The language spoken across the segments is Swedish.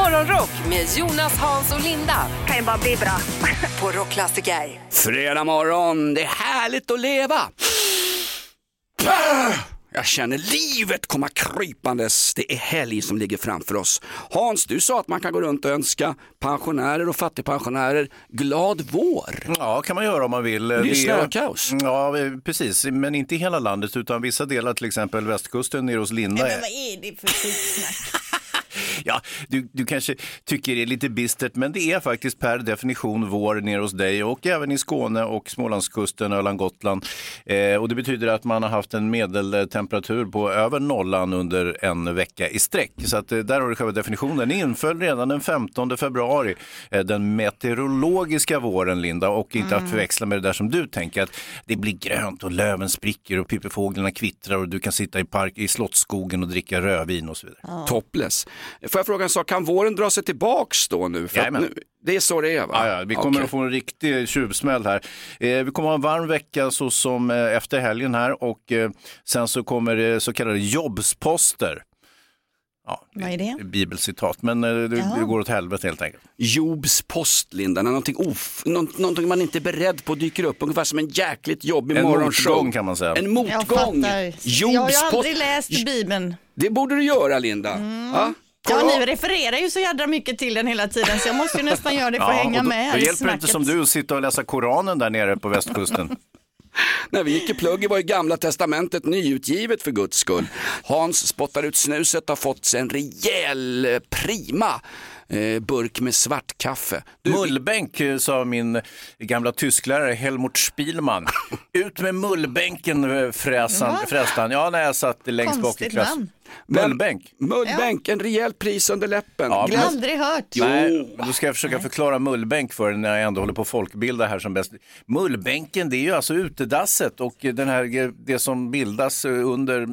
Morgonrock med Jonas, Hans och Linda. Kan ju bara bli bra. På Rockklassiker. Fredag morgon, det är härligt att leva. Jag känner livet komma krypandes. Det är helg som ligger framför oss. Hans, du sa att man kan gå runt och önska pensionärer och fattigpensionärer glad vår. Ja, kan man göra om man vill. Det är snökaos. Ja, precis. Men inte i hela landet utan vissa delar, till exempel västkusten nere hos Linda. Men vad är det för skitsnack? Ja, du kanske tycker det är lite bistert, men det är faktiskt per definition vår nere hos dig och även i Skåne och Smålandskusten, Öland, Gotland. Och det betyder att man har haft en medeltemperatur på över nollan under en vecka i sträck. Så att där har du själva definitionen. Den inföll redan den 15 februari, den meteorologiska våren, Linda, och inte att förväxla med det där som du tänker, att det blir grönt och löven spricker och pippefåglarna kvittrar och du kan sitta i Slottsskogen och dricka rövin och så vidare. Topless. Får jag fråga en sak, kan våren dra sig tillbaks då nu? För nu det är så det är, va? Ja, vi kommer att få en riktig tjuvsmäll här. Vi kommer att ha en varm vecka så som efter helgen här och sen så kommer det så kallade jobbsposter. Ja, vad är det? Bibelcitat, men det går åt helvete helt enkelt. Jobs post, Linda, någonting man inte är beredd på dyker upp, ungefär som en jäkligt jobbig morgonshow. En motgång kan man säga. En motgång. Jag har aldrig läst Bibeln. Det borde du göra, Linda. Ja? Ja, ni refererar ju så jädra mycket till den hela tiden så jag måste ju nästan göra det för att hänga med. Det hjälper inte som du att sitta och läsa Koranen där nere på västkusten. När vi gick i plugg var ju Gamla testamentet nyutgivet för Guds skull. Hans spottar ut snuset, har fått sig en rejäl prima burk med svartkaffe. Mullbänk, sa min gamla tysklärare Helmut Spielmann. Ut med mullbänken, frästan. Ja, när jag satt längst bak i klassen. Mullbänk. Mullbänk, en rejäl pris under läppen. Ja, jag har aldrig hört. Nej, då ska jag försöka förklara mullbänk för när jag ändå håller på att folkbilda här som bäst. Mullbänken, det är ju alltså utedasset och det som bildas under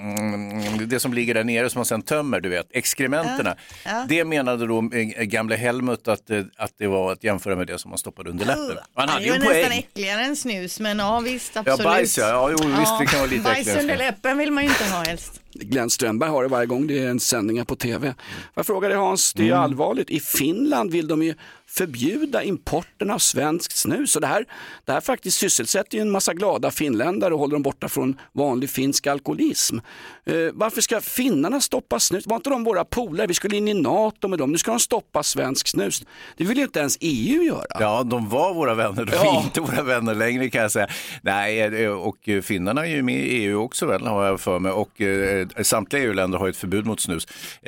det som ligger där nere som man sen tömmer, du vet, exkrementerna. Ja. Det menade då gamla Helmut att det var att jämföra med det som man stoppade under läppen. Han hade ju en poäng. Nästan äckligare än snus, men ja visst, absolut. Ja, bajs, visst, det kan vara lite äckligare. Bajs under läppen vill man ju inte ha helst. Glenn Strömberg har det varje gång det är en sändning på tv. Jag frågar dig, Hans, det är ju allvarligt. I Finland vill de ju förbjuda importen av svenskt snus. Och det här faktiskt sysselsätter ju en massa glada finländare och håller dem borta från vanlig finsk alkoholism. Varför ska finnarna stoppa snus? Var inte de våra polare? Vi skulle in i NATO med dem. Nu ska de stoppa svensk snus. Det vill ju inte ens EU göra. Ja, de var våra vänner. De är inte våra vänner längre, kan jag säga. Nej, och finnarna är ju med i EU också väl, har jag för mig. Och samtliga EU-länder har ett förbud mot snus.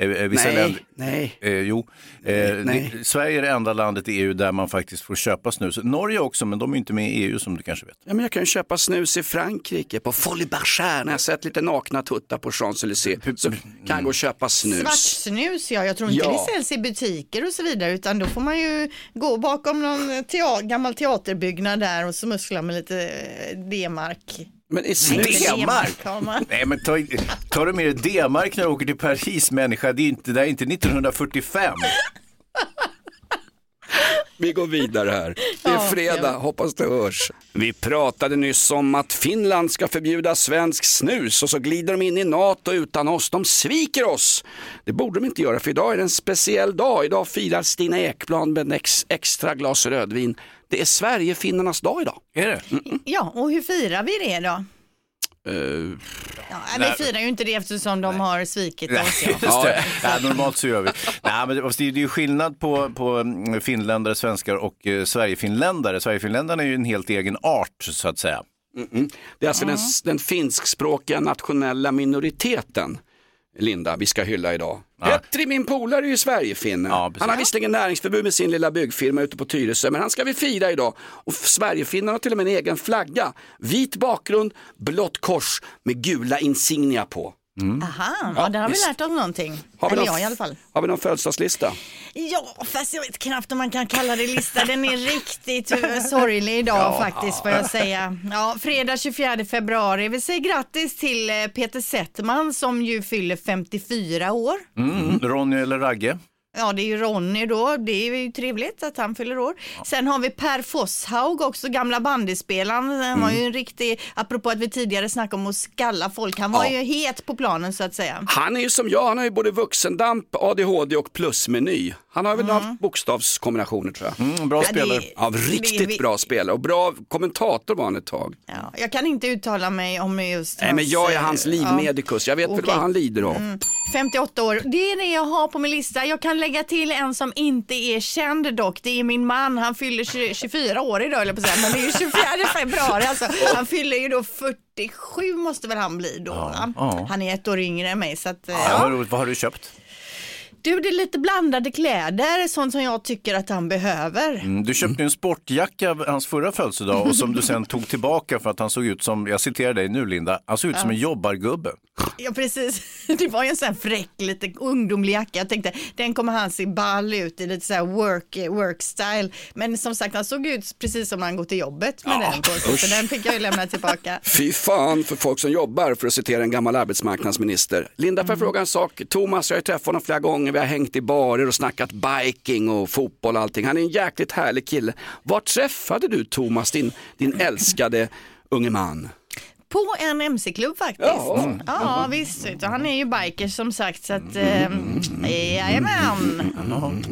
Sverige är det enda landet i EU där man faktiskt får köpa snus. Norge också, men de är inte med i EU som du kanske vet. Ja, men jag kan ju köpa snus i Frankrike på Folie Bergère. När jag sett lite nakna tuttar på Champs-Élysées så kan jag gå och köpa snus. Svartsnus, jag tror inte det säljs i butiker och så vidare, utan då får man ju gå bakom någon gammal teaterbyggnad där och så muskla med lite D-mark. Men är D-mark? Nej, men ta du med dig D-mark när du åker till Paris, människa. Det är inte 1945. Vi går vidare här. Det är fredag, hoppas det hörs. Vi pratade nyss om att Finland ska förbjuda svensk snus och så glider de in i NATO utan oss. De sviker oss. Det borde de inte göra, för idag är det en speciell dag. Idag firar Stina Ekblad med en extra glas rödvin. Det är Sverigefinnarnas dag idag. Är det? Ja, och hur firar vi det då? Vi firar ju inte det eftersom de har svikit oss. Ja, normalt så gör vi. Nej, men det är ju skillnad på finländare, svenskar och Sverigefinländare. Sverigefinländarna är ju en helt egen art, så att säga. Det är alltså den finskspråkiga nationella minoriteten, Linda, vi ska hylla idag. Petri, min polare, är ju Sverigefinne. Han har visserligen näringsförbud med sin lilla byggfirma ute på Tyresö, men han ska vi fira idag. Och Sverigefinnarna har till och med en egen flagga. Vit bakgrund, blått kors med gula insignia på. Aha, där har vi lärt oss någonting. Jag i alla fall. Har vi någon födelsedagslista? Ja, fast jag vet knappt om man kan kalla det lista. Den är riktigt sorglig idag faktiskt, får jag säga. Ja, fredag 24 februari. Vi säger grattis till Peter Settman som ju fyller 54 år. Ronny eller Ragge? Ja, det är ju Ronny då. Det är ju trevligt att han fyller år. Sen har vi Per Fosshaug också, gamla bandyspelaren. Han var ju en riktig, apropå att vi tidigare snackade om att skalla folk. Han var ju het på planen så att säga. Han är ju som jag, han har ju både vuxendamp, ADHD och plusmeny. Han har väl några bokstavskombinationer tror jag. Bra spelare. Riktigt bra spelare och bra kommentator var han ett tag. Ja, jag kan inte uttala mig om just Nej, men jag är hans livmedikus. Jag vet väl vad han lider av. 58 år. Det är det jag har på min lista. Jag kan lägga till en som inte är känd dock. Det är min man. Han fyller 24 år idag, eller på att säga. Men det är ju 24 februari. Alltså. Han fyller ju då 47 måste väl han bli då. Han är ett år yngre än mig. Så att, Vad har du köpt? Du, det är lite blandade kläder, sånt som jag tycker att han behöver. Du köpte en sportjacka hans förra födelsedag och som du sen tog tillbaka för att han såg ut som, jag citerar dig nu Linda, han såg ut som en jobbargubbe. Ja, precis. Det var ju en sån här fräck, lite ungdomlig jacka. Jag tänkte, den kommer han se ball ut i lite så här work style. Men som sagt, han såg ut precis som han går till jobbet med den på sig. Så den fick jag ju lämna tillbaka. Fy fan för folk som jobbar, för att citera en gammal arbetsmarknadsminister. Linda, får jag fråga en sak? Thomas, jag har träffat honom flera gånger. Vi har hängt i barer och snackat biking och fotboll och allting. Han är en jäkligt härlig kille. Var träffade du Thomas, din älskade unge man? På en MC-klubb faktiskt. Ja, visst. Han är ju biker som sagt. Så att, jajamän.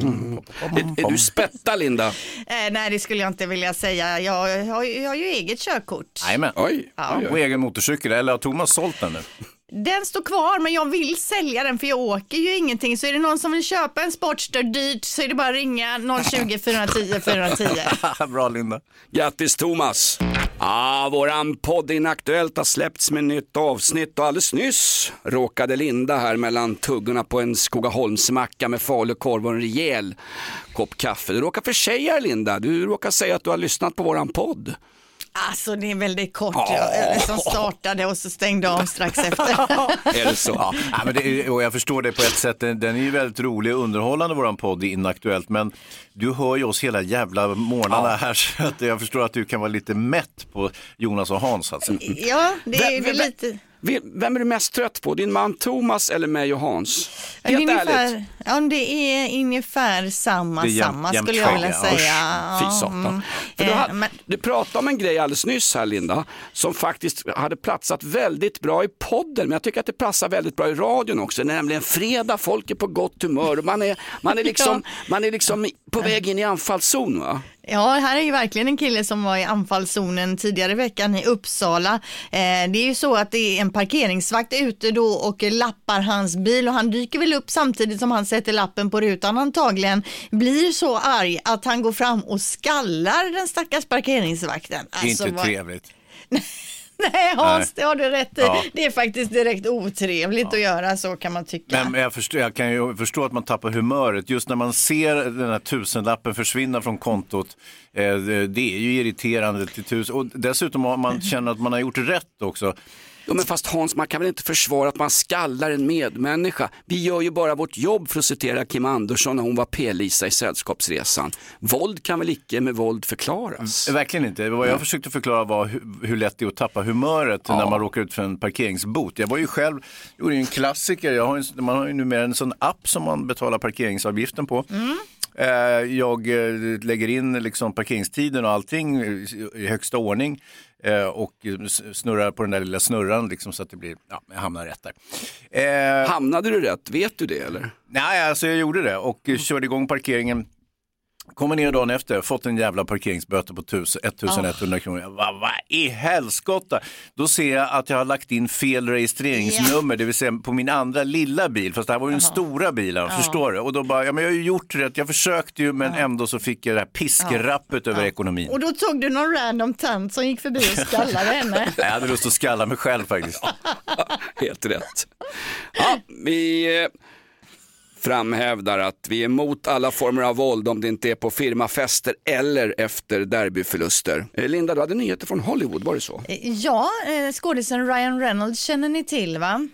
Är du spetta, Linda? Nej, det skulle jag inte vilja säga. Jag har ju eget körkort. Jajamän. Oj. Och egen motorcykel. Eller har Thomas sålt den nu? Den står kvar, men jag vill sälja den för jag åker ju ingenting. Så är det någon som vill köpa en Sportster dyrt så är det bara att ringa 020 410 410. Bra Linda. Grattis Thomas. Våran podd Inaktuellt har släppts med nytt avsnitt och alldeles nyss råkade Linda här mellan tuggorna på en Skogaholmsmacka med falukorv och en rejäl kopp kaffe. Du råkar försäga Linda, du råkar säga att du har lyssnat på våran podd. Alltså det är väldigt kort, jag som startade och så stängde av strax efter. Är det så? Ja, men och jag förstår det på ett sätt, den är ju väldigt rolig och underhållande våran podd Inaktuellt, men du hör ju oss hela jävla morgnarna här så att jag förstår att du kan vara lite mätt på Jonas och Hans alltså. Ja, det är lite... Vem är du mest trött på? Din man Thomas eller mig och Hans? Det är ungefär samma skulle jag vilja säga. Fy satan. Du pratade om en grej alldeles nyss här Linda, som faktiskt hade platsat väldigt bra i podden, men jag tycker att det passar väldigt bra i radion också. Det är nämligen fredag, folk är på gott humör och man är liksom på väg in i anfallszon, va? Ja, här är ju verkligen en kille som var i anfallszonen tidigare i veckan i Uppsala. Det är ju så att det är en parkeringsvakt ute då och lappar hans bil och han dyker väl upp samtidigt som han sätter lappen på rutan antagligen. Blir så arg att han går fram och skallar den stackars parkeringsvakten. Alltså, inte trevligt. Nej Hans, det har du rätt i. Ja. Det är faktiskt direkt otrevligt att göra så kan man tycka. Men jag kan ju förstå att man tappar humöret. Just när man ser den här 1000-lappen försvinna från kontot. Det är ju irriterande till 1000. Och dessutom har man känner att man har gjort rätt också. Jo, men fast Hans, man kan väl inte försvara att man skallar en medmänniska. Vi gör ju bara vårt jobb, för att citera Kim Andersson när hon var P-Lisa i Sällskapsresan. Våld kan väl icke med våld förklaras? Verkligen inte. Vad jag försökte förklara var hur lätt det är att tappa humöret när man råkar ut för en parkeringsbot. Jag var ju själv, gjorde en klassiker. Man har ju numera en sån app som man betalar parkeringsavgiften på. Jag lägger in liksom parkeringstiden och allting i högsta ordning. Och snurrar på den där lilla snurran liksom, så att det blir, jag hamnar rätt där. Hamnade du rätt? Vet du det eller? Nej, alltså jag gjorde det och körde igång parkeringen. Kommer ner dagen efter, fått en jävla parkeringsböter på 1100 kronor. Vad i helskotta? Då ser jag att jag har lagt in fel registreringsnummer, det vill säga på min andra lilla bil. Fast det här var ju den stora bilen, förstår du? Och då bara, men jag har ju gjort rätt, jag försökte ju, men ändå så fick jag det här piskrappet över ekonomin. Och då tog du någon random tant som gick förbi och skallade henne. Jag hade lust att skalla mig själv faktiskt. Helt rätt. Ja, vi framhävdar att vi är emot alla former av våld om det inte är på firmafester eller efter derbyförluster. Linda, du hade nyheter från Hollywood, var det så? Ja, skådisen Ryan Reynolds känner ni till, va?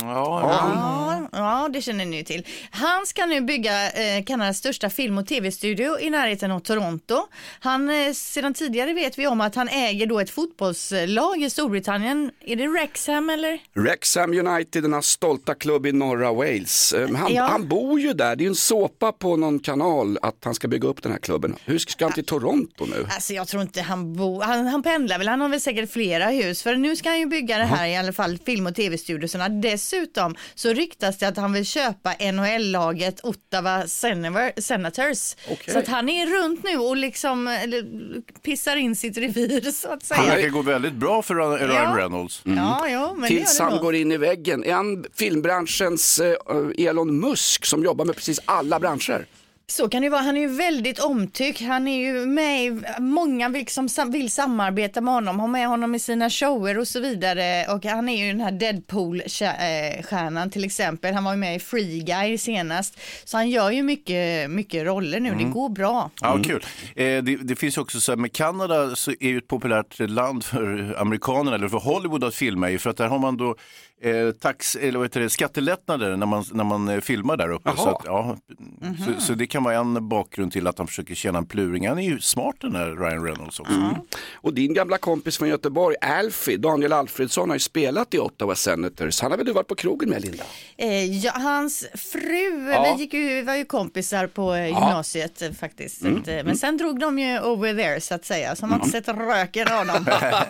Ja, det känner ni till. Han ska nu bygga Kanadas största film- och tv-studio i närheten av Toronto. Sedan tidigare vet vi om att han äger då ett fotbollslag i Storbritannien. Är det Wrexham eller? Wrexham United, den här stolta klubb i norra Wales. Han bor bor ju där, det är en såpa på någon kanal att han ska bygga upp den här klubben. Hur ska han till Toronto nu? Alltså jag tror inte han bor, han pendlar väl, han har väl säkert flera hus, för nu ska han ju bygga det här i alla fall, film- och tv-studioserna. Dessutom så ryktas det att han vill köpa NHL-laget Ottawa Senators. Okay. Så att han är runt nu och liksom pissar in sitt revir, så att säga. Han verkar gå väldigt bra för Ryan Reynolds. Ja, men Tills det han nog. går in i väggen. En filmbranschens Elon Musk som jobbar med precis alla branscher. Så kan det vara, han är ju väldigt omtyckt, han är ju med, många vill samarbeta med honom, ha med honom i sina shower och så vidare, och han är ju den här Deadpool-stjärnan till exempel, han var ju med i Free Guy senast, så han gör ju mycket roller nu, det går bra. Ja, kul. Det finns också så här, med Kanada så är ju ett populärt land för amerikanerna eller för Hollywood att filma i, för att där har man då skattelättnader när man filmar där uppe. Så, att, så det kan vara en bakgrund till att han försöker tjäna en pluring. Han är ju smart, den här Ryan Reynolds också. Och din gamla kompis från Göteborg, Alfie, Daniel Alfredsson, har ju spelat i Ottawa Senators. Han har väl du varit på krogen med, Linda? Ja, hans fru, vi var ju kompisar på gymnasiet faktiskt. Men sen drog de ju over there så att säga, så man inte sett röken av dem.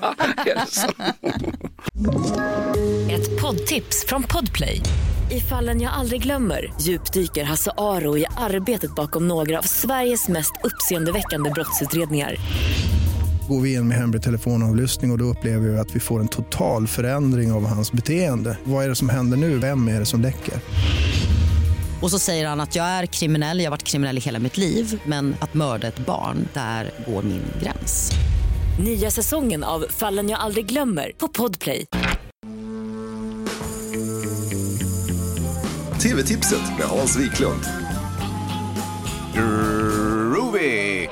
Ett poddtips från Podplay. I Fallen jag aldrig glömmer djupdyker Hasse Aro i arbetet bakom några av Sveriges mest uppseendeväckande brottsutredningar. Går vi in med hemlig telefonavlyssning och då upplever vi att vi får en total förändring av hans beteende. Vad är det som händer nu? Vem är det som läcker? Och så säger han att jag är kriminell, jag har varit kriminell i hela mitt liv, men att mörda ett barn, där går min gräns. Nya säsongen av Fallen jag aldrig glömmer på Podplay. TV-tipset med Hans Wiklund. Ruby!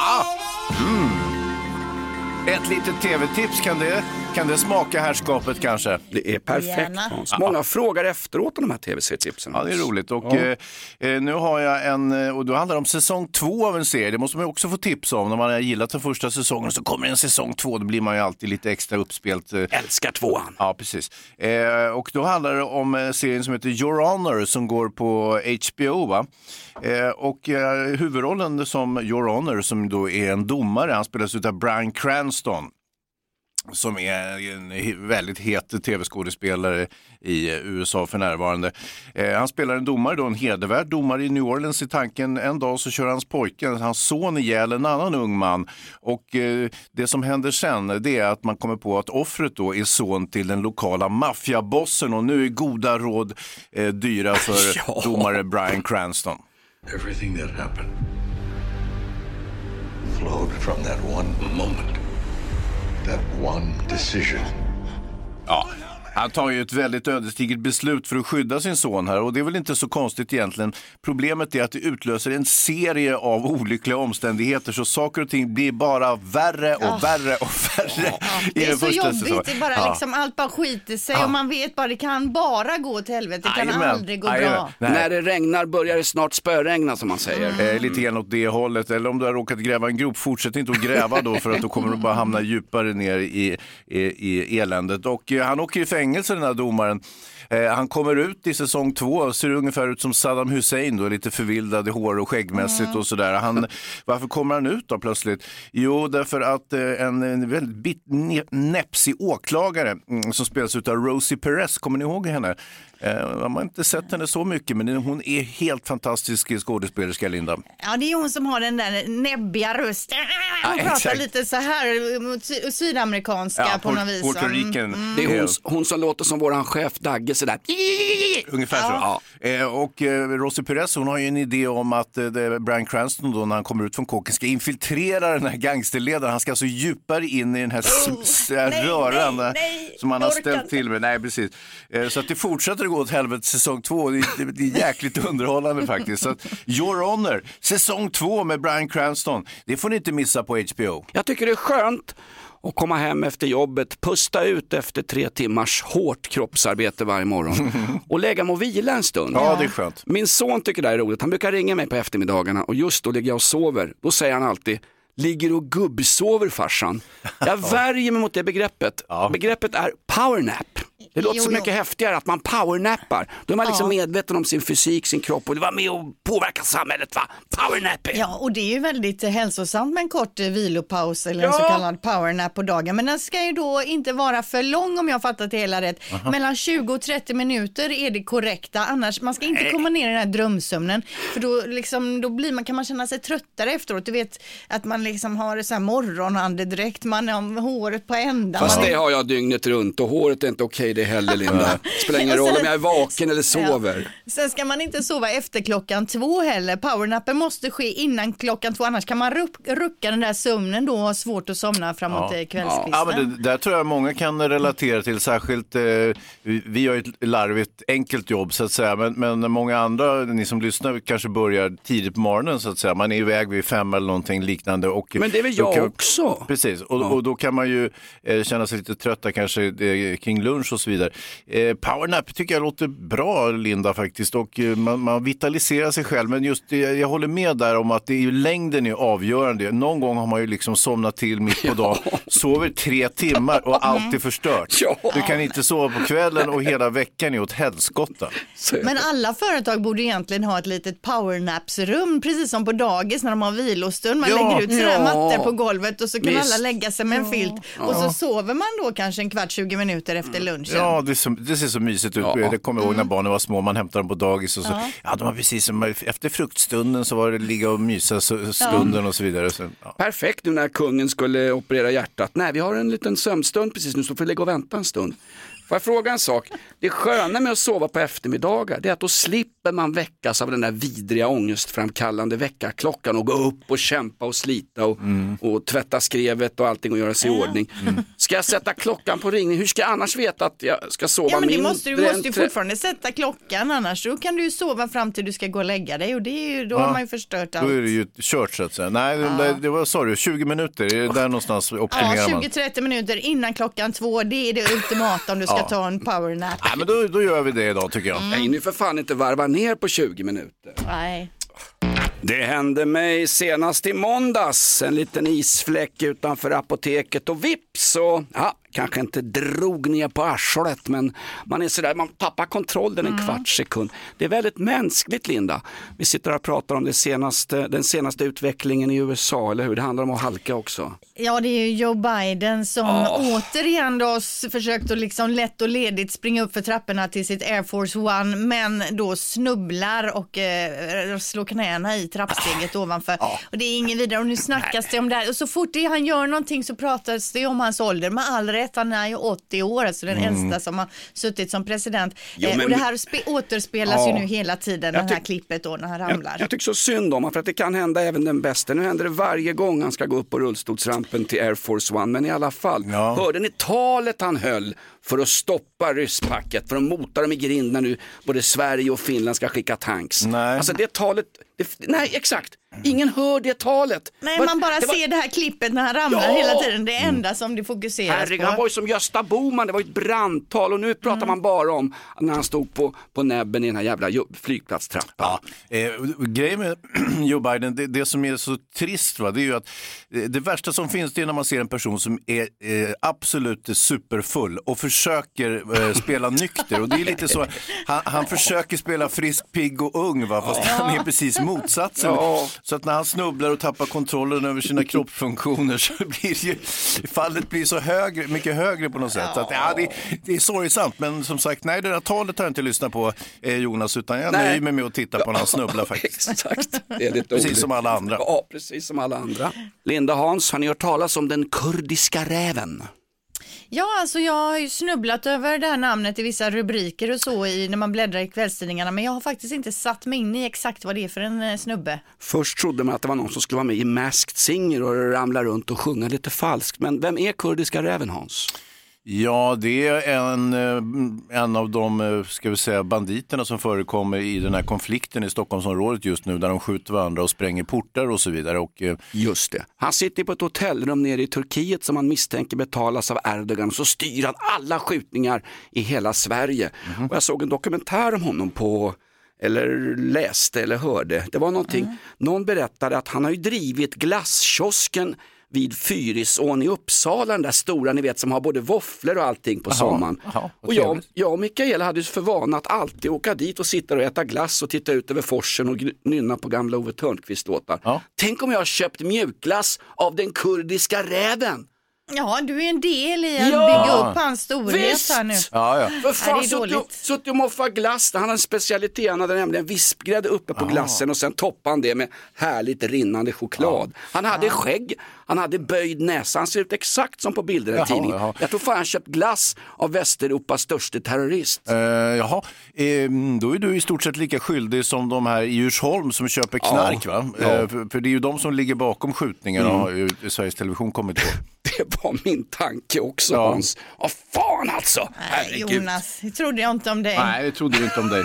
Ett litet tv-tips, kan det smaka härskapet kanske? Det är perfekt, Hans. Många frågar efteråt om de här tv-serietipsen. Ja, det är roligt. Och nu har jag och då handlar det om säsong 2 av en serie. Det måste man också få tips om. När man har gillat den första säsongen så kommer en säsong 2. Då blir man ju alltid lite extra uppspelt. Älskar 2:an. Ja, precis. Och då handlar det om serien som heter Your Honor som går på HBO, va? Och huvudrollen som Your Honor, som då är en domare, han spelas av Bryan Cranston, som är en väldigt het tv-skådespelare i USA för närvarande. Han spelar en domare då, en hedervärd domare i New Orleans i tanken. En dag så kör hans son ihjäl en annan ung man. Och det som händer sen, det är att man kommer på att offret då är son till den lokala maffiabossen. Och nu är goda råd dyra för domare Bryan Cranston. Everything that happened flowed from that one moment. That one decision. Ja, han tar ju ett väldigt ödesdigert beslut för att skydda sin son här, och det är väl inte så konstigt egentligen. Problemet är att det utlöser en serie av olyckliga omständigheter, så saker och ting blir bara värre och värre och värre. Det är så jobbigt, det är bara liksom allt bara skiter sig och man vet bara, det kan bara gå till helvete, det kan aldrig gå bra. När det regnar börjar det snart spöregna, som man säger. Lite grann åt det hållet, eller om du har råkat gräva en grop, fortsätt inte att gräva då, för att då kommer du bara hamna djupare ner i eländet. Och han åker i fängelse, den här domaren. Han kommer ut i säsong 2, ser ungefär ut som Saddam Hussein då, lite förvildad i hår och skäggmässigt och sådär. Varför kommer han ut då plötsligt? Jo, därför att en väldigt näpsig åklagare som spelas ut av Rosie Perez, kommer ni ihåg henne? Man har inte sett henne så mycket, men hon är helt fantastisk skådespelerska, Linda. Ja, det är hon som har den där näbbiga rösten. Hon pratar lite så här sydamerikanska på något vis. Puerto Rican. Det är hon som låter som våran chef Dagge sådär. Ungefär så. Och Rosie Perez, hon har ju en idé om att Bryan Cranston då, när han kommer ut från kåken, ska infiltrera den här gangsterledaren. Han ska alltså djupare in i den här röran som han har ställt till med. Nej, precis. Så att det fortsätter gå åt helvete säsong 2. Det är jäkligt underhållande faktiskt. Så att Your Honor, säsong 2 med Bryan Cranston, det får ni inte missa på HBO. Jag tycker det är skönt att komma hem efter jobbet, pusta ut efter 3 timmars hårt kroppsarbete varje morgon och lägga mig och vila en stund. Ja, det är skönt. Min son tycker det är roligt. Han brukar ringa mig på eftermiddagarna och just då ligger jag och sover. Då säger han alltid: ligger och gubbsover, farsan. Jag värjer mig mot det begreppet. Begreppet är powernap. Det låter så mycket häftigare att man powernappar. Då är man liksom medveten om sin fysik, sin kropp och det var med och påverka samhället, va? Powernapping! Ja, och det är ju väldigt hälsosamt med en kort vilopaus eller en så kallad powernap på dagen. Men den ska ju då inte vara för lång om jag har fattat det hela rätt. Mellan 20 och 30 minuter är det korrekta. Annars, man ska inte komma ner i den här drömsömnen. För då, liksom, kan man känna sig tröttare efteråt. Du vet att man liksom har så här morgonandedräkt, man har håret på ändan. Fast det har jag dygnet runt och håret är inte okej det heller, Linda. Spelar ingen roll om jag är vaken eller sover. Ja. Sen ska man inte sova efter 2:00 heller. Powernappen måste ske innan 2:00, annars kan man rucka den där sömnen då och ha svårt att somna framåt kvällskvisten. Ja, men det där tror jag många kan relatera till, särskilt vi har ett larvigt enkelt jobb så att säga, men många andra, ni som lyssnar, kanske börjar tidigt på morgonen så att säga, man är iväg vid 5 eller någonting liknande. Och men det är väl jag också. Precis, och då kan man ju känna sig lite trötta kanske kring lunch och så vidare. Powernap tycker jag låter bra, Linda, faktiskt, och man vitaliserar sig själv, men just jag håller med där om att det är ju längden är avgörande. Någon gång har man ju liksom somnat till mitt på dagen, sover 3 timmar och allt är förstört. Du kan inte sova på kvällen och hela veckan är åt helskotta. Men alla företag borde egentligen ha ett litet powernapsrum, precis som på dagis när de har vilostund. Man lägger ut sådana mattor på golvet och så kan alla lägga sig med en filt och så sover man då kanske en kvart, 20 minuter efter lunchen. Ja, det ser så mysigt ut. Det kommer jag ihåg när barnen var små, man hämtade dem på dagis och så, de var precis som efter fruktstunden så var det ligga och mysa stunden och så vidare. Så, perfekt nu när kungen skulle operera hjärtat. Nej, vi har en liten sömnstund precis nu så får vi lägga och vänta en stund. Får jag fråga en sak? Det sköna med att sova på eftermiddagar det är att då slipper man väckas av den där vidriga ångestframkallande väckarklockan och gå upp och kämpa och slita och tvätta skrevet och allting och göra sig i ordning. Ska jag sätta klockan på ringning? Hur ska jag annars veta att jag ska sova mindre? Du måste ju fortfarande sätta klockan, annars då kan du ju sova fram till du ska gå och lägga dig och det är ju, då har man ju förstört allt. Då är det ju kört så att säga. Nej, det var, sorry, 20 minuter, är det där någonstans optimerar man? 20-30 minuter innan 2:00, det är det ultimata om du ska ta en powernap. Ja, men då gör vi det idag tycker jag. Nej, nu för fan inte varva ner på 20 minuter. Nej. Det hände mig senast i måndags, en liten isfläck utanför apoteket och vips och kanske inte drog ner på arslet, men man är sådär, man tappar kontrollen en kvart sekund. Det är väldigt mänskligt, Linda. Vi sitter och pratar om den senaste utvecklingen i USA, eller hur? Det handlar om att halka också. Ja, det är ju Joe Biden som återigen då försökt att liksom lätt och ledigt springa upp för trapporna till sitt Air Force One, men då snubblar och slår knäna i trappsteget ovanför. Och det är ingen vidare, och nu snackas det om det här. Och så fort han gör någonting så pratas det om hans ålder, med all rätt. Han är ju 80 år, alltså den äldsta som har suttit som president. Och det här återspelas ju nu hela tiden, det här klippet då när han ramlar. Jag tycker så synd om honom, för att det kan hända även den bästa. Nu händer det varje gång han ska gå upp på rullstolsrampen till Air Force One, men i alla fall. Hörde ni talet han höll för att stoppa rysspacket, för att mota dem i grind när nu både Sverige och Finland ska skicka tanks? Nej. Alltså det talet, nej exakt. Ingen hör det talet. Nej, man bara ser det här klippet när han ramlar hela tiden. Det är enda som det fokuseras på. Han var ju som Gösta Bohman, det var ju ett brandtal. Och nu pratar man bara om när han stod på näbben i den här jävla flygplatstrappan. Grejen med Joe Biden, det som är så trist, va, det är ju att det värsta som finns, det är när man ser en person som är absolut superfull och försöker spela nykter. Och det är lite så, han försöker spela frisk, pigg och ung, va, fast han är precis motsatsen. Så att när han snubblar och tappar kontrollen över sina kroppsfunktioner så blir ju fallet blir så mycket högre på något sätt. Så att, det är sorgsamt, men som sagt, nej, det där talet har jag inte lyssnat på, Jonas, utan jag nöjer mig med att titta på när han snubblar faktiskt. Exakt, det är lite precis som alla andra. Ja, precis som alla andra. Linda, Hans, har ni hört talas om den kurdiska räven? Ja, alltså jag har ju snubblat över det här namnet i vissa rubriker och så när man bläddrar i kvällstidningarna, men jag har faktiskt inte satt mig in i exakt vad det är för en snubbe. Först trodde man att det var någon som skulle vara med i Masked Singer och ramla runt och sjunga lite falskt, men vem är kurdiska räven, Hans? Ja, det är en av de, ska vi säga, banditerna som förekommer i den här konflikten i Stockholmsområdet just nu, där de skjuter varandra och spränger portar och så vidare. Och just det. Han sitter på ett hotellrum nere i Turkiet som han misstänker betalas av Erdogan, och så styr han alla skjutningar i hela Sverige. Och jag såg en dokumentär om honom eller läste eller hörde. Det var någonting, någon berättade att han har ju drivit glasskiosken vid Fyrisån i Uppsala, den där stora ni vet som har både våfflor och allting på sommaren. Och jag och Mikaela hade för vana att alltid åka dit och sitta och äta glass och titta ut över forsen och nynna på gamla Ove Thörnqvist-låtar. Tänk om jag har köpt mjukglass av den kurdiska räven. Ja, du är en del i att bygga upp hans storhet här nu. För fan, suttit och moffa glass. Han hade en specialitet, han hade nämligen vispgrädde uppe på glassen och sen toppade han det med härligt rinnande choklad. Han hade skägg, han hade böjd näsa, han ser ut exakt som på bilder i tidningen. Jag tror fan han köpt glass av Västeuropas största terrorist. Då är du i stort sett lika skyldig som de här i Djursholm som köper knark, va? För det är ju de som ligger bakom skjutningarna har ju Sveriges Television kommit på. Det var min tanke också, Hans. Fan alltså! Nej, Jonas, det trodde jag inte om dig. Nej, det trodde jag inte om dig.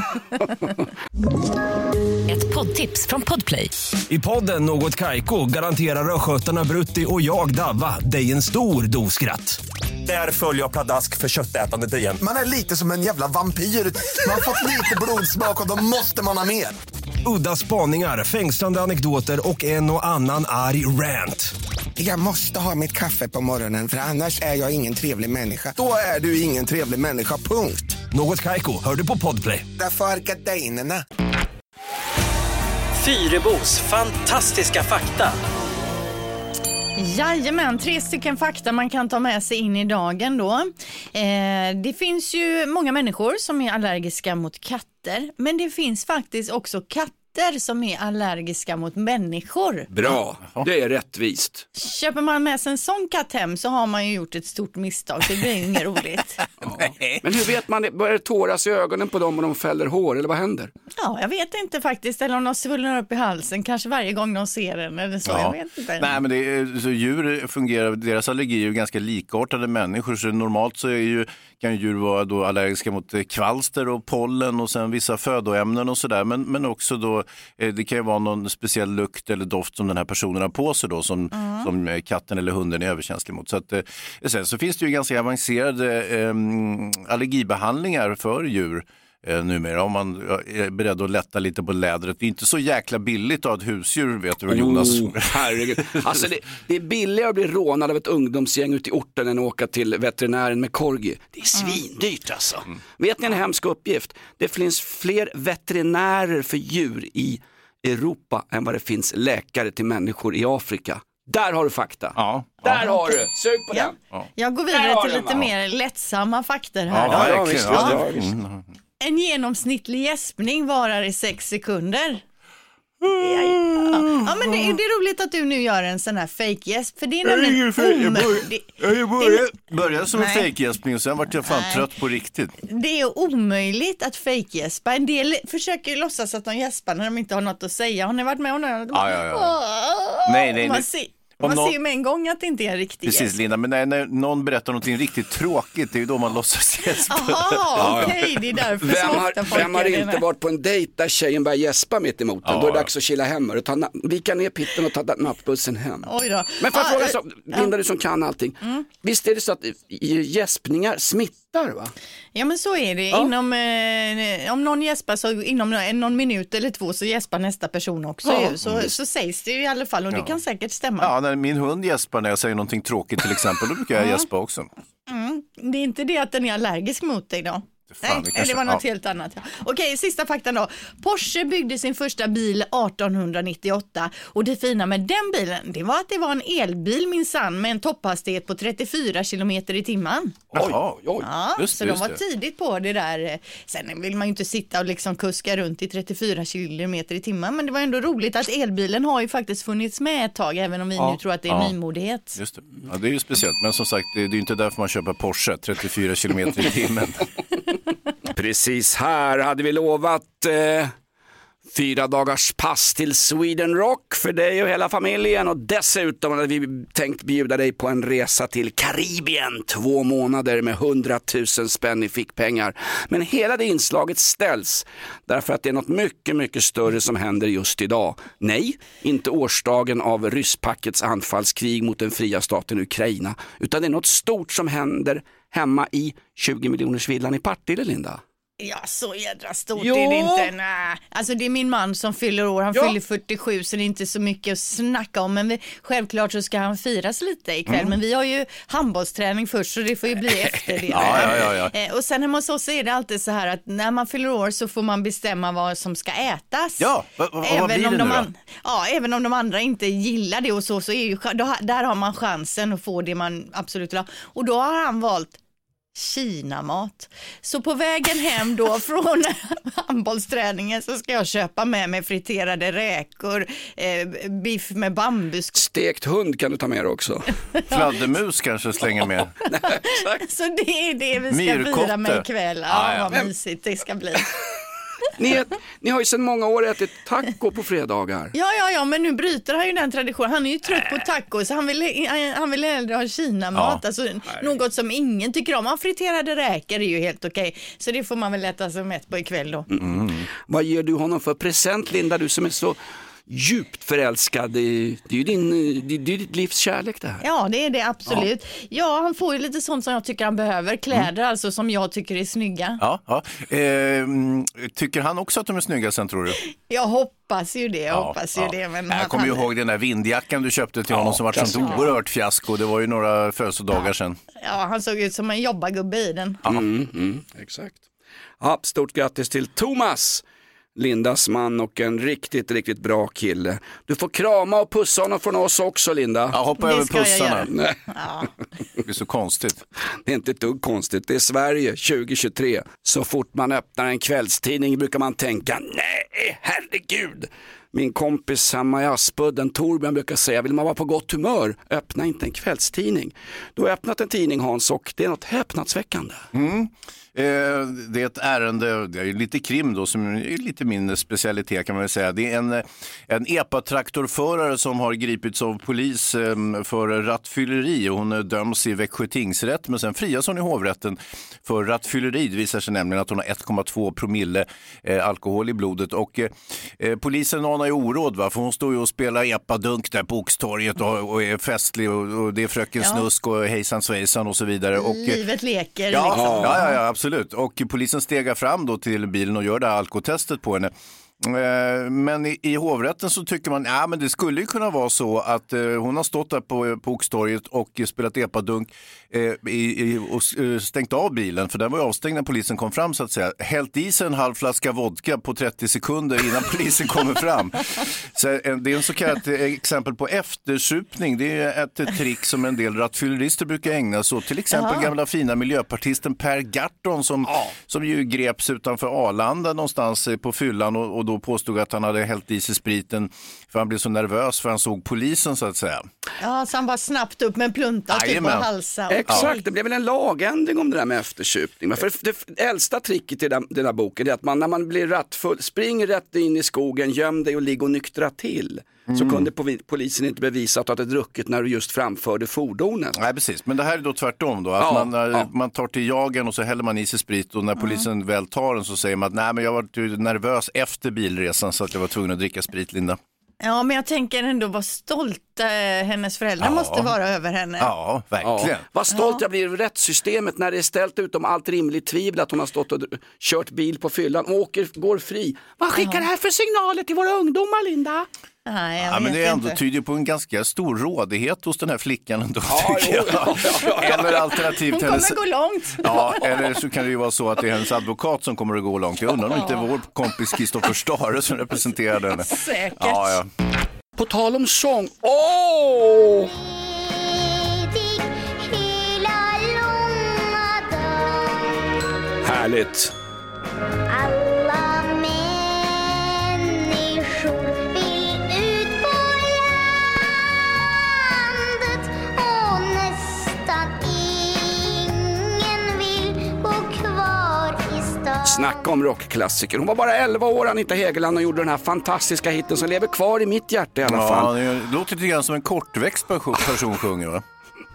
Ett poddtips från Podplay. I podden Något Kaiko garanterar röskötarna Brutti och jag Davva dig en stor doskratt. Där följer jag pladask för köttätandet igen. Man är lite som en jävla vampyr. Man har fått lite blodsmak och då måste man ha mer. Udda spaningar, fängslande anekdoter och en och annan arg rant. Jag måste ha mitt kaffe på morgonen för annars är jag ingen trevlig människa. Då är du ingen trevlig människa, punkt. Något Kaiko, hör du på Podplay. Därför är gardinerna. Fyrebos fantastiska fakta. Jajamän, 3 stycken fakta man kan ta med sig in i dagen då. Det finns ju många människor som är allergiska mot katter, men det finns faktiskt också katter som är allergiska mot människor. Bra, det är rättvist. Köper man med sig en sån katt hem så har man ju gjort ett stort misstag. Det blir inget roligt. Men hur vet man, börjar det tåras i ögonen på dem och de fäller hår eller vad händer? Ja, jag vet inte faktiskt. Eller om de svullnar upp i halsen kanske varje gång de ser den eller så. Jag vet inte. Nej, men det är, så djur fungerar, deras allergi är ju ganska likartade människor. Så normalt så kan djur vara då allergiska mot kvalster och pollen och sen vissa födoämnen och sådär. Men också då, det kan ju vara någon speciell lukt eller doft som den här personen har på sig då som katten eller hunden är överkänslig mot. Så att, sen så finns det ju ganska avancerade allergibehandlingar för djur numera, om man är beredd att lätta lite på lädret. Det är inte så jäkla billigt att ha ett husdjur, vet du, Jonas. Herregud. Alltså det är billigare att bli rånad av ett ungdomsgäng ute i orten än att åka till veterinären med korgi. Det är svindyrt alltså. Vet ni en hemsk uppgift? Det finns fler veterinärer för djur i Europa än vad det finns läkare till människor i Afrika. Där har du fakta. Där har du. Sug på den. Jag går vidare till lite mer lättsamma fakter här. En genomsnittlig gäspning varar i 6 sekunder. Ja, men det är roligt att du nu gör en sån här fake-gäsp. För det är nämligen Jag började som en fake-gäspning och sen vart jag fan trött på riktigt. Det är omöjligt att fake-gäspa. En del försöker låtsas att de gäspar när de inte har något att säga. Har ni varit med om det? Nej. Man ser ju med en gång att det inte är en riktig gäsp. Precis, Linda, men när någon berättar någonting riktigt tråkigt, det är ju då man låtsas gäspa. Jaha, okej, det är därför Vem har inte varit på en dejt där tjejen börjar gäspa mitt emot den? Då är det dags att chilla hem och vika ner pitten och ta nattbussen hem. Oj då. Men får jag fråga så, Linda, du som kan allting. Visst är det så att gäspningar smittar, va? Ja, men så är det. Om någon gäspar så inom någon minut eller 2 så gäspar nästa person också. Så sägs det ju i alla fall och det kan säkert stämma. Ja, när min hund gäspar när jag säger någonting tråkigt till exempel, då brukar jag gäspa också. Det är inte det att den är allergisk mot dig då? Nej, det var något helt annat. Okej, sista faktan då. Porsche byggde sin första bil 1898 och det fina med den bilen, det var att det var en elbil minsann med en topphastighet på 34 kilometer i timmen. Oj. Ja, så de var tidigt på det där. Sen vill man ju inte sitta och liksom kuska runt i 34 kilometer i timmen, men det var ändå roligt att elbilen har ju faktiskt funnits med ett tag, även om vi nu tror att det är nymodighet. Just det. Ja, det är ju speciellt, men som sagt, det är ju inte därför man köper Porsche 34 kilometer i timmen. Precis, här hade vi lovat 4 dagars pass till Sweden Rock för dig och hela familjen, och dessutom hade vi tänkt bjuda dig på en resa till Karibien 2 månader med 100 000 spänn i fickpengar. Men hela det inslaget ställs därför att det är något mycket, mycket större som händer just idag. Nej, inte årsdagen av rysspackets anfallskrig mot den fria staten Ukraina, utan det är något stort som händer hemma i 20 miljoners villan i Partille, Linda. Ja, så jädra stort är det inte. Nej. Alltså det är min man som fyller år. Han fyller 47, så det är inte så mycket att snacka om. Men självklart så ska han firas lite ikväll. Men vi har ju handbollsträning först, så det får ju bli efter det. Ja. Och sen hemma hos oss är det alltid så här att när man fyller år så får man bestämma vad som ska ätas. Ja, vad blir det nu då? Ja, även om de andra inte gillar det och så är ju, där har man chansen att få det man absolut vill ha. Och då har han valt Kinamat. Så på vägen hem då från handbollsträningen så ska jag köpa med mig friterade räkor, biff med bambus. Stekt hund kan du ta med dig också. Fladdermus kanske slänger med. Så det är det vi ska fira med ikväll. Ja, vad mysigt det ska bli. Ni har ju sedan många år ätit taco på fredagar. Ja, men nu bryter han ju den traditionen. Han är ju trött på taco, så han vill hellre ha Kinamat. Alltså, något som ingen tycker om. Friterade räkor är ju helt okej. Så det får man väl äta sig mätt på ikväll då. Vad ger du honom för present, Linda? Du som är så djupt förälskad. Det är ju ditt livs kärlek det här. Ja, det är det absolut. Ja, han får ju lite sånt som jag tycker han behöver. Kläder alltså som jag tycker är snygga. Ja. Tycker han också att de är snygga sen, tror du? Jag hoppas ju det. Men jag kommer ju ihåg den där vindjackan du köpte till honom som var ett sånt oerhört fiasko. Det var ju några födelsedagar sedan. Ja, han såg ut som en jobbargubbe i den. Exakt. Ja, stort grattis till Thomas, Lindas man, och en riktigt, riktigt bra kille. Du får krama och pussa honom från oss också, Linda. Ja, hoppa över pussarna. Det är så konstigt. Det är inte ett dugg konstigt. Det är Sverige 2023. Så fort man öppnar en kvällstidning brukar man tänka, nej, herregud. Min kompis hemma i Aspudden, Torbjörn, brukar säga, vill man vara på gott humör, öppna inte en kvällstidning. Du har öppnat en tidning, Hans, och det är något häpnadsväckande. Det är ett ärende, det är lite krim då, som är lite min specialitet kan man väl säga. Det är en EPA-traktorförare som har gripits av polis för rattfylleri, och hon döms i Växjö tingsrätt, men sen frias hon i hovrätten för rattfylleri. Det visar sig nämligen att hon har 1,2 promille alkohol i blodet, och polisen anar ju oråd, va? För hon står ju och spelar EPA-dunk där på Oxtorget och är festlig, och det är fröken Snusk och hejsan svejsan och så vidare. Och livet leker. Ja, absolut. Och polisen stegar fram då till bilen och gör det här alkotestet på henne. Men i hovrätten så tycker man, men det skulle ju kunna vara så att hon har stått där på Oxtorget och spelat epadunk och stängt av bilen, för den var ju avstängd när polisen kom fram, så att säga. Hällt i sig en halv flaska vodka på 30 sekunder innan polisen kommer fram. Så det är en så kallat exempel på eftersupning. Det är ett trick som en del rattfyllerister brukar ägna sig åt. Till exempel gamla fina miljöpartisten Per Gahrton som ju greps utanför Arlanda någonstans på fyllan och då påstod att han hade hällt i sig spriten för han blev så nervös för han såg polisen, så att säga. Ja, så han var snabbt upp med en plunta typ på halsa. Exakt, det blev väl en lagändring om det där med eftersupning. Men för det äldsta tricket i den där boken är att när man blir rattfull, springer rätt in i skogen, göm dig och ligg och nyktra till. Så kunde polisen inte bevisa att du hade druckit när du just framförde fordonet. Nej, precis. Men det här är då tvärtom då. Att man tar till jagen och så häller man i sig sprit, och när polisen väl tar den så säger man att nej, men jag var nervös efter bilresan så att jag var tvungen att dricka sprit, Linda. Ja, men jag tänker ändå vad stolt hennes föräldrar måste vara över henne. Ja, verkligen. Ja. Vad stolt jag blir över rättssystemet när det är ställt utom allt rimligt tvivel att hon har stått och kört bil på fyllan och går fri. Vad skickar det här för signaler till våra ungdomar, Linda? Nej, men det är ändå tyder på en ganska stor rådighet hos den här flickan ändå, tycker jag. Eller alternativt hon kommer gå långt. Ja, eller så kan det ju vara så att det är hennes advokat som kommer att gå långt. Jag undrar om inte vår kompis Kristoffer Stare som representerar henne. Säkert. Ja. På tal om sång. Härligt. Alla människor vill ut på landet och nästan ingen vill bo kvar i stan. Snacka om rockklassiker. Hon var bara 11 år, Anita Hegeland, och gjorde den här fantastiska hitten som lever kvar i mitt hjärta i alla fall. Ja, det låter lite grann som en kortväxt person sjunger, va?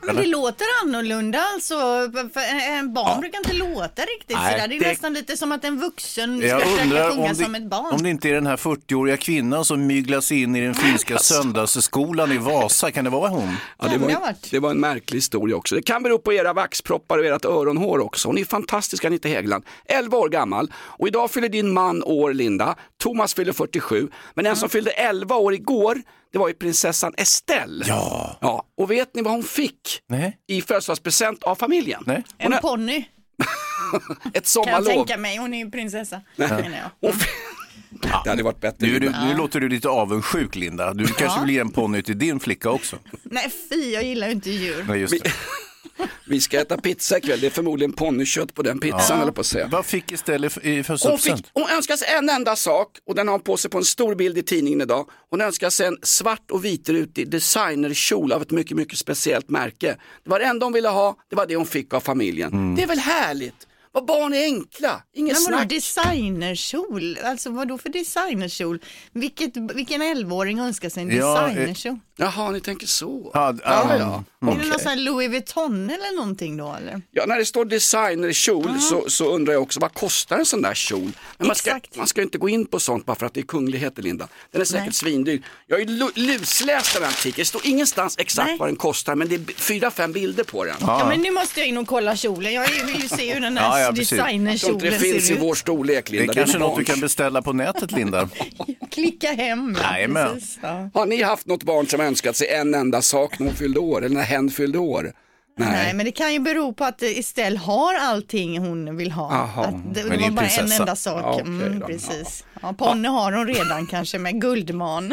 Men det låter annorlunda alltså. En barn brukar inte låta riktigt sådär. Det är nästan lite som att en vuxen ska försöka sjunga som ett barn. Om det inte är den här 40-åriga kvinnan som myglas in i den finska söndagsskolan i Vasa, kan det vara hon? Ja, det var en märklig historia också. Det kan bero på era vaxproppar och ert öronhår också. Hon är fantastisk, Anita Hägerland. 11 år gammal. Och idag fyller din man år, Linda. Thomas fyller 47. Men en som fyllde 11 år igår, det var ju prinsessan Estelle. Ja. Och vet ni vad hon fick i födelsedagspresent av familjen? Nej. En ponny. Ett sommarlov. Kan jag tänka mig, hon är ju prinsessa. Det hade varit bättre. Nu låter du lite avundsjuk, Linda. Du kanske blir en ponny till din flicka också. Nej, jag gillar ju inte djur. Nej, just det. Vi ska äta pizza ikväll. Det är förmodligen ponnykött på den pizzan, eller på att säga. Vad fick istället i födelsedagspresent? Hon önskar sig en enda sak, och den har hon på sig på en stor bild i tidningen idag. Hon önskar sig en svart och vitrutig designerkjol av ett mycket, mycket speciellt märke. Det var det enda hon ville ha, det var det hon fick av familjen. Det är väl härligt? Vad barn är enkla, inget snack. Designerkjol, alltså vad då för designerkjol? Vilken 11-åring önskar sig en designerkjol? Jaha, ni tänker så. Är det någon sån här Louis Vuitton eller någonting då, eller? Ja, när det står designerkjol så undrar jag också, vad kostar en sån där kjol? Men man ska inte gå in på sånt bara för att det är kungligheter, Linda. Den är säkert svindyr. Jag har ju lusläst den artikeln. Det står ingenstans exakt vad den kostar, men det är 4-5 bilder på den. Ja, men nu måste jag in och kolla kjolen. Jag vill ju se hur den här designerkjolen ser ut. Det finns i vår storlek, Linda. Det är kanske något du kan beställa på nätet, Linda. Klicka hem. Har ni haft något barn som önskat sig en enda sak när hon fyllde år, eller när hen fyllde år? Nej, men det kan ju bero på att Estelle har allting hon vill ha. Att det var bara en enda sak. Ja, okay, precis. Ja, Ponne har hon redan kanske med guldman.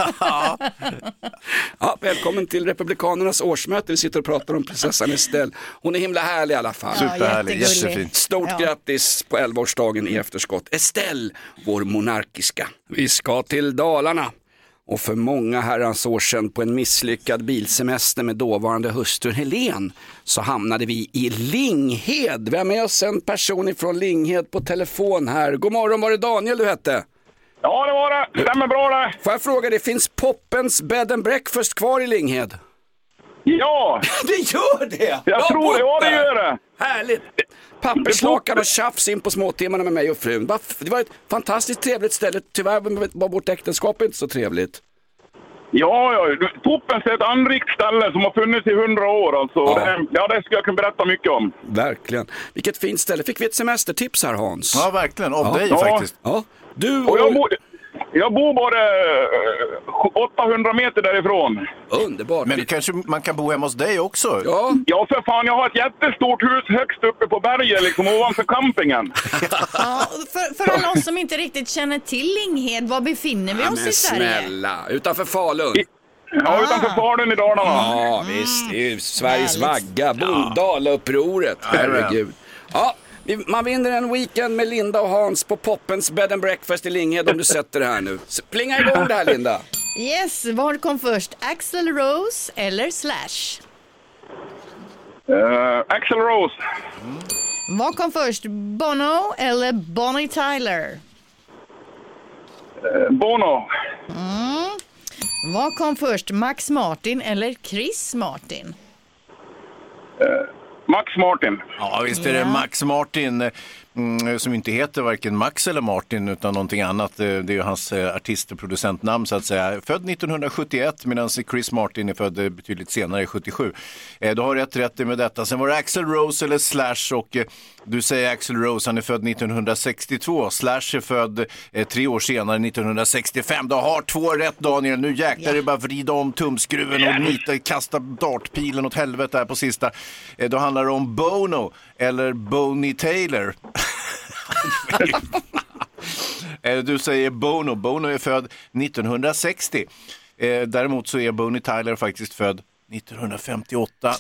Välkommen till Republikanernas årsmöte. Vi sitter och pratar om prinsessan Estelle. Hon är himla härlig i alla fall. Superhärlig, jättefint. Stort grattis på 11-årsdagen i efterskott. Estelle, vår monarkiska. Vi ska till Dalarna. Och för många herrans år sedan på en misslyckad bilsemester med dåvarande hustrun Helen så hamnade vi i Linghed. Vi har med oss en person ifrån Linghed på telefon här. God morgon, var det Daniel du hette? Ja, det var det. Stämmer bra det. Får jag fråga, det finns Poppens bed and breakfast kvar i Linghed? Ja! Det gör det! Jag tror det gör det. Härligt! Papperslakan och tjafs in på småtimmarna med mig och frun. Det var ett fantastiskt trevligt ställe. Tyvärr var vårt äktenskap inte så trevligt. Ja. Poppens är ett anrikt ställe som har funnits i 100 år. Alltså. Ja, det ska jag kunna berätta mycket om. Verkligen. Vilket fint ställe. Fick vi ett semestertips här, Hans? Ja, verkligen. Av dig faktiskt. Ja. Du och jag bor bara 800 meter därifrån. Underbart. Men kanske man kan bo hemma hos dig också? Ja, för fan, jag har ett jättestort hus högst uppe på berget, liksom ovanför campingen. Ja, för alla oss som inte riktigt känner till Linghed, var befinner vi oss i Sverige? Snälla, utanför Falun. Ja, utanför Falun i Dalarna. Ja, visst. Det är ju Sveriges vagga. Dalaupproret. Herregud. Ja. Man vinner en weekend med Linda och Hans på Poppens bed and breakfast i Linghed om du sätter det här nu. Plinga igång det här, Linda. Yes, vad kom först? Axl Rose eller Slash? Axl Rose. Vad kom först? Bono eller Bonnie Tyler? Bono. Vad kom först? Max Martin eller Chris Martin? Max Martin. Ja, visst är det Max Martin som inte heter varken Max eller Martin utan någonting annat. Det är ju hans artist- och producentnamn så att säga. Född 1971 medan Chris Martin är född betydligt senare, 77. Du har rätt med detta. Sen var det Axl Rose eller Slash och du säger Axl Rose, han är född 1962. Slash är född 3 år senare, 1965. Du har 2 rätt, Daniel. Nu jäklar det bara vrida om tumskruven och kasta dartpilen åt helvete här på sista. Då handlar det om Bono eller Bonnie Tyler. Du säger Bono. Bono är född 1960. Däremot så är Bonnie Tyler faktiskt född 1958.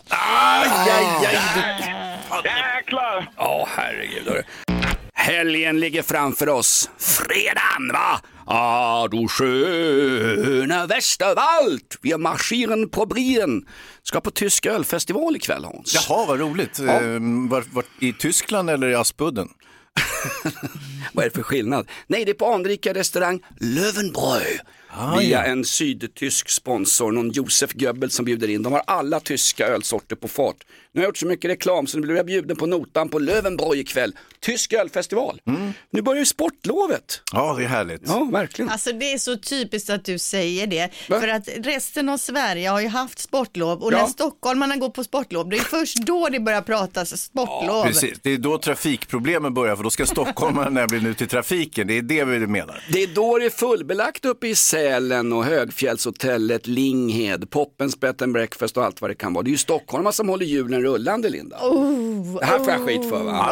Jäklar! Herregud. Helgen ligger framför oss. Fredagen, va? Du sköna Västervalt. Vi marschieren på Brien. Ska på tysk ölfestival ikväll, Hans. Jaha, vad roligt. Var i Tyskland eller i Aspudden? Vad är det för skillnad? Nej, det är på anrika restaurang Löwenbräu. Via en sydtysk sponsor, någon Josef Goebbels som bjuder in. De har alla tyska ölsorter på fart. Nu har jag gjort så mycket reklam så nu blir jag bjuden på notan på Löwenbräu ikväll. Tysk ölfestival. Nu börjar ju sportlovet. Ja, det är härligt. Ja, verkligen. Alltså det är så typiskt att du säger det. För att resten av Sverige har ju haft sportlov och när stockholmarna går på sportlov, det är först då det börjar pratas sportlov. Ja, precis. Det är då trafikproblemen börjar, för då ska stockholmarna bli ut i trafiken. Det är det vi menar. Det är då det är fullbelagt uppe i Sälen och Högfjällshotellet, Linghed, Poppens Bed and Breakfast och allt vad det kan vara. Det är ju stockholmar som håller hjulen rullande, Linda. Det här får jag skit för, va?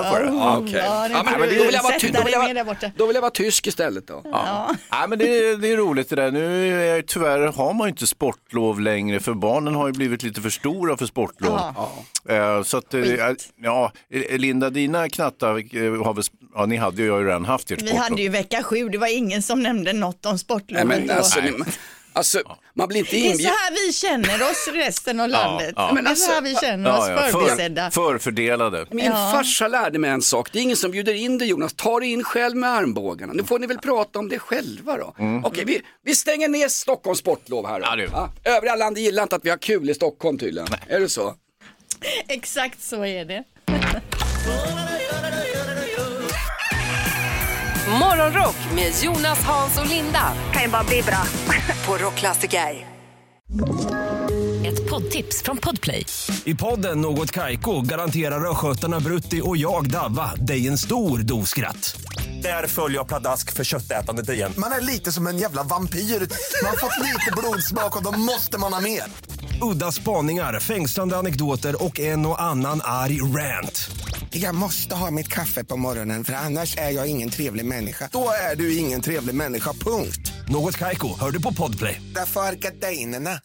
Då vill jag vara tysk istället då. Ja, men det är roligt det där. Nu tyvärr har man ju inte sportlov längre, för barnen har ju blivit lite för stora för sportlov. Så att, Linda, dina knattar har väl, ni hade ju redan haft ert sportlov. Vi hade ju vecka 7, det var ingen som nämnde något om sportlov. Alltså, man blir inte det är så här vi känner oss resten av landet. Men det är så här vi känner oss förberedda. Förfördelade. Min farsa lärde mig en sak. Det är ingen som bjuder in dig, Jonas. Ta dig in själv med armbågarna. Nu får ni väl prata om det själva då. Okej, vi stänger ner Stockholms sportlov här då. Övriga land gillar inte att vi har kul i Stockholm tydligen. Nej. Är det så? Exakt så är det. Morgonrock med Jonas, Hans och Linda. Kan ju bara bli bra. På Rockklassiker. Ett poddtips från Podplay. I podden Något Kaiko garanterar röskötarna Brutti och jag Davva dig en stor doskratt. Där följer jag pladask för köttätandet igen. Man är lite som en jävla vampyr. Man har fått lite blodsmak och då måste man ha mer. Udda spaningar, fängslande anekdoter och en och annan arg rant. Jag måste ha mitt kaffe på morgonen för annars är jag ingen trevlig människa. Då är du ingen trevlig människa, punkt. Något Kaiko, hör du på Podplay. Därför är gardinerna.